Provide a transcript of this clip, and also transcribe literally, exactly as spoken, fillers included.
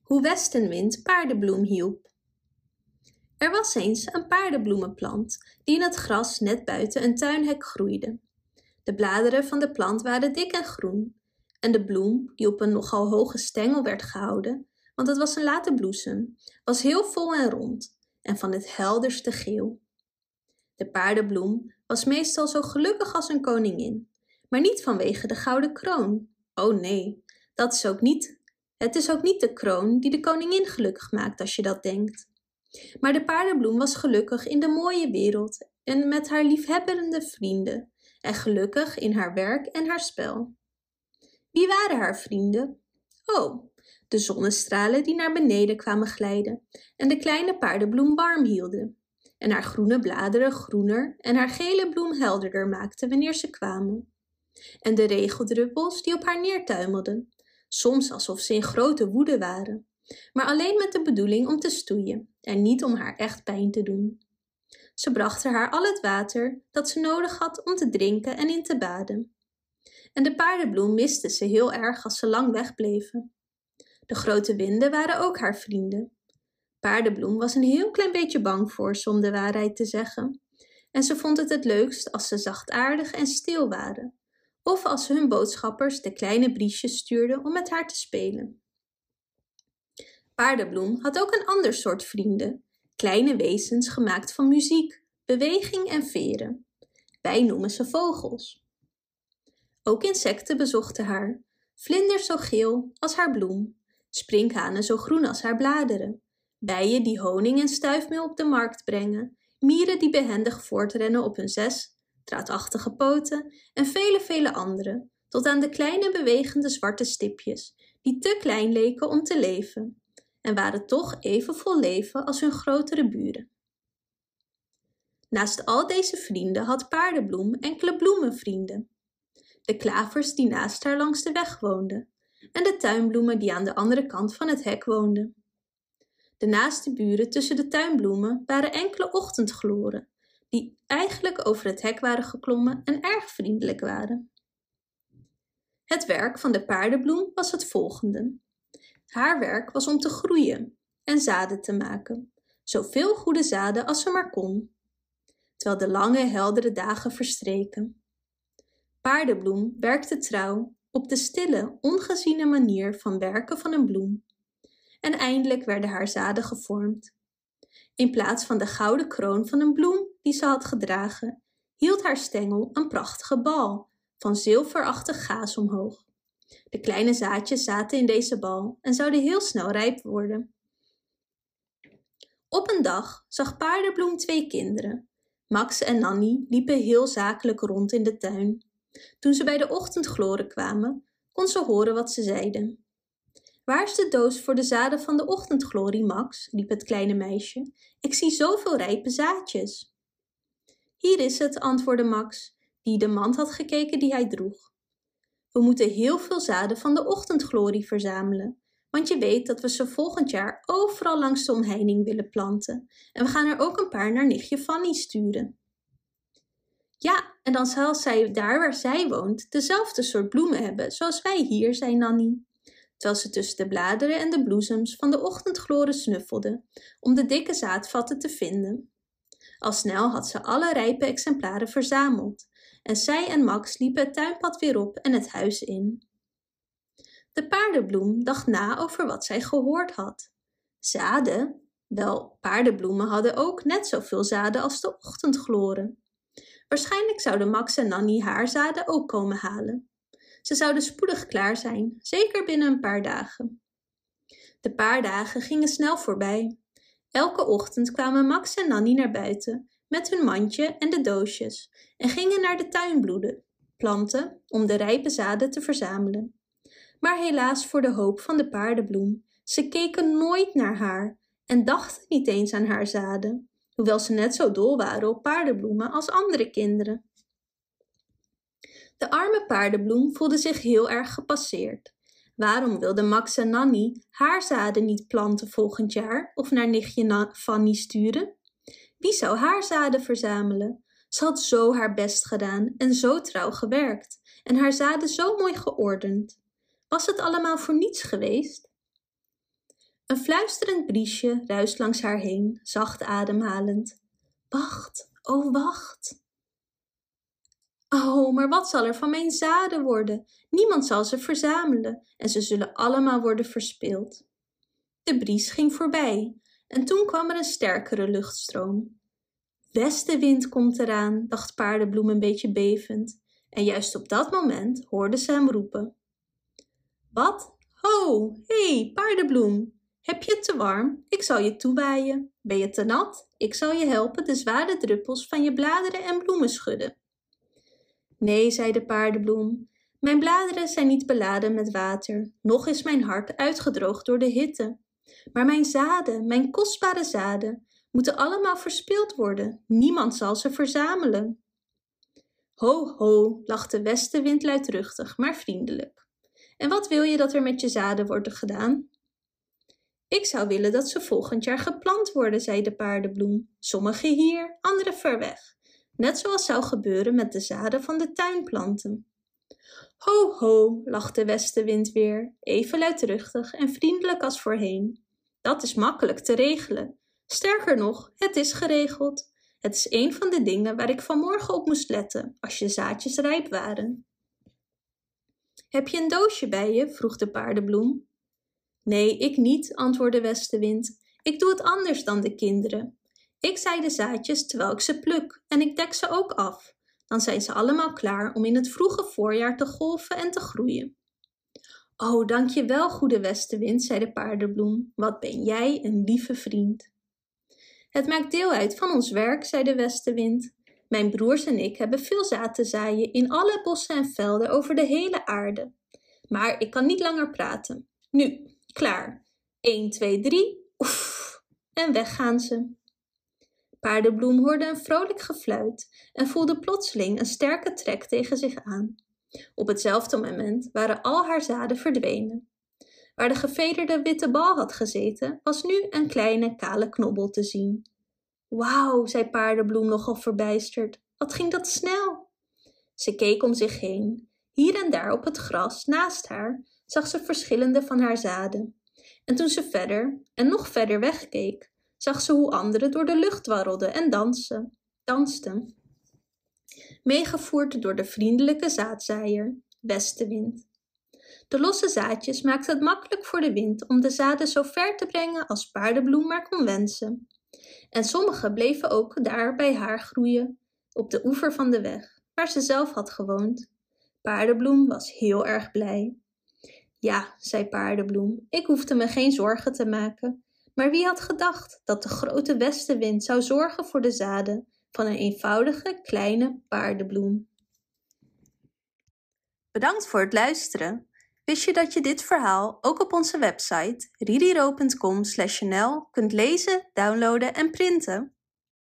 Hoe Westenwind paardenbloem hielp. Er was eens een paardenbloemenplant die in het gras net buiten een tuinhek groeide. De bladeren van de plant waren dik en groen en de bloem, die op een nogal hoge stengel werd gehouden, want het was een late bloesem, was heel vol en rond en van het helderste geel. De paardenbloem was meestal zo gelukkig als een koningin, maar niet vanwege de gouden kroon. Oh nee, dat is ook niet. Het is ook niet de kroon die de koningin gelukkig maakt als je dat denkt. Maar de paardenbloem was gelukkig in de mooie wereld en met haar liefhebbende vrienden en gelukkig in haar werk en haar spel. Wie waren haar vrienden? Oh, de zonnestralen die naar beneden kwamen glijden en de kleine paardenbloem warm hielden en haar groene bladeren groener en haar gele bloem helderder maakten wanneer ze kwamen. En de regeldruppels die op haar neertuimelden, soms alsof ze in grote woede waren, maar alleen met de bedoeling om te stoeien en niet om haar echt pijn te doen. Ze brachten haar al het water dat ze nodig had om te drinken en in te baden. En de paardenbloem miste ze heel erg als ze lang wegbleven. De grote winden waren ook haar vrienden. Paardenbloem was een heel klein beetje bang voor ze om de waarheid te zeggen. En ze vond het het leukst als ze zachtaardig en stil waren, of als ze hun boodschappers de kleine briesjes stuurden om met haar te spelen. Paardenbloem had ook een ander soort vrienden, kleine wezens gemaakt van muziek, beweging en veren. Wij noemen ze vogels. Ook insecten bezochten haar, vlinders zo geel als haar bloem, sprinkhanen zo groen als haar bladeren, bijen die honing en stuifmeel op de markt brengen, mieren die behendig voortrennen op hun zes draadachtige poten en vele, vele andere, tot aan de kleine bewegende zwarte stipjes, die te klein leken om te leven en waren toch even vol leven als hun grotere buren. Naast al deze vrienden had paardenbloem enkele bloemenvrienden. De klavers die naast haar langs de weg woonden en de tuinbloemen die aan de andere kant van het hek woonden. De naaste buren tussen de tuinbloemen waren enkele ochtendgloren, die eigenlijk over het hek waren geklommen en erg vriendelijk waren. Het werk van de paardenbloem was het volgende. Haar werk was om te groeien en zaden te maken, zoveel goede zaden als ze maar kon, terwijl de lange, heldere dagen verstreken. Paardenbloem werkte trouw op de stille, ongeziene manier van werken van een bloem. En eindelijk werden haar zaden gevormd. In plaats van de gouden kroon van een bloem die ze had gedragen, hield haar stengel een prachtige bal van zilverachtig gaas omhoog. De kleine zaadjes zaten in deze bal en zouden heel snel rijp worden. Op een dag zag Paardenbloem twee kinderen. Max en Nanny liepen heel zakelijk rond in de tuin. Toen ze bij de ochtendgloren kwamen, kon ze horen wat ze zeiden. Waar is de doos voor de zaden van de ochtendglorie, Max? Riep het kleine meisje. Ik zie zoveel rijpe zaadjes. Hier is het, antwoordde Max, die de mand had gekeken die hij droeg. We moeten heel veel zaden van de ochtendglorie verzamelen, want je weet dat we ze volgend jaar overal langs de omheining willen planten en we gaan er ook een paar naar nichtje Fanny sturen. Ja, en dan zal zij daar waar zij woont dezelfde soort bloemen hebben zoals wij hier, zei Nanny, terwijl ze tussen de bladeren en de bloesems van de ochtendgloren snuffelde om de dikke zaadvatten te vinden. Al snel had ze alle rijpe exemplaren verzameld en zij en Max liepen het tuinpad weer op en het huis in. De paardenbloem dacht na over wat zij gehoord had. Zaden? Wel, paardenbloemen hadden ook net zoveel zaden als de ochtendgloren. Waarschijnlijk zouden Max en Nanny haar zaden ook komen halen. Ze zouden spoedig klaar zijn, zeker binnen een paar dagen. De paar dagen gingen snel voorbij. Elke ochtend kwamen Max en Nanny naar buiten met hun mandje en de doosjes en gingen naar de tuinbloeden, planten, om de rijpe zaden te verzamelen. Maar helaas voor de hoop van de paardenbloem, ze keken nooit naar haar en dachten niet eens aan haar zaden, hoewel ze net zo dol waren op paardenbloemen als andere kinderen. De arme paardenbloem voelde zich heel erg gepasseerd. Waarom wilden Max en Nanny haar zaden niet planten volgend jaar of naar nichtje Fanny sturen? Wie zou haar zaden verzamelen? Ze had zo haar best gedaan en zo trouw gewerkt en haar zaden zo mooi geordend. Was het allemaal voor niets geweest? Een fluisterend briesje ruist langs haar heen, zacht ademhalend. Wacht, oh wacht. Oh, maar wat zal er van mijn zaden worden? Niemand zal ze verzamelen en ze zullen allemaal worden verspild. De bries ging voorbij en toen kwam er een sterkere luchtstroom. Westenwind komt eraan, dacht Paardebloem een beetje bevend. En juist op dat moment hoorde ze hem roepen. Wat? Ho, hé, hey, Paardebloem. Heb je het te warm? Ik zal je toewaaien. Ben je te nat? Ik zal je helpen de zware druppels van je bladeren en bloemen schudden. Nee, zei de Paardebloem. Mijn bladeren zijn niet beladen met water, noch is mijn hart uitgedroogd door de hitte. Maar mijn zaden, mijn kostbare zaden, moeten allemaal verspild worden. Niemand zal ze verzamelen. Ho, ho, lachte Westenwind luidruchtig, maar vriendelijk. En wat wil je dat er met je zaden wordt gedaan? Ik zou willen dat ze volgend jaar geplant worden, zei de Paardebloem. Sommige hier, andere ver weg. Net zoals zou gebeuren met de zaden van de tuinplanten. Ho, ho, lachte Westenwind weer, even luidruchtig en vriendelijk als voorheen. Dat is makkelijk te regelen. Sterker nog, het is geregeld. Het is een van de dingen waar ik vanmorgen op moest letten, als je zaadjes rijp waren. Heb je een doosje bij je? Vroeg de Paardebloem. Nee, ik niet, antwoordde Westenwind. Ik doe het anders dan de kinderen. Ik zaai de zaadjes terwijl ik ze pluk en ik dek ze ook af. Dan zijn ze allemaal klaar om in het vroege voorjaar te golven en te groeien. Oh, dank je wel, goede Westenwind, zei de Paardebloem. Wat ben jij een lieve vriend. Het maakt deel uit van ons werk, zei de Westenwind. Mijn broers en ik hebben veel zaad te zaaien in alle bossen en velden over de hele aarde. Maar ik kan niet langer praten. Nu, klaar. één, twee, drie. Oef. En weg gaan ze. Paardebloem hoorde een vrolijk gefluit en voelde plotseling een sterke trek tegen zich aan. Op hetzelfde moment waren al haar zaden verdwenen. Waar de gevederde witte bal had gezeten, was nu een kleine kale knobbel te zien. Wauw, zei Paardebloem nogal verbijsterd. Wat ging dat snel? Ze keek om zich heen. Hier en daar op het gras, naast haar, zag ze verschillende van haar zaden. En toen ze verder en nog verder wegkeek, zag ze hoe anderen door de lucht dwarrelden en dansen, dansten. Meegevoerd door de vriendelijke zaadzaaier, Westenwind. De losse zaadjes maakten het makkelijk voor de wind om de zaden zo ver te brengen als Paardebloem maar kon wensen. En sommige bleven ook daar bij haar groeien, op de oever van de weg, waar ze zelf had gewoond. Paardebloem was heel erg blij. Ja, zei Paardebloem, ik hoefde me geen zorgen te maken. Maar wie had gedacht dat de grote westenwind zou zorgen voor de zaden van een eenvoudige kleine paardebloem? Bedankt voor het luisteren. Wist je dat je dit verhaal ook op onze website ririro punt com slash n l kunt lezen, downloaden en printen?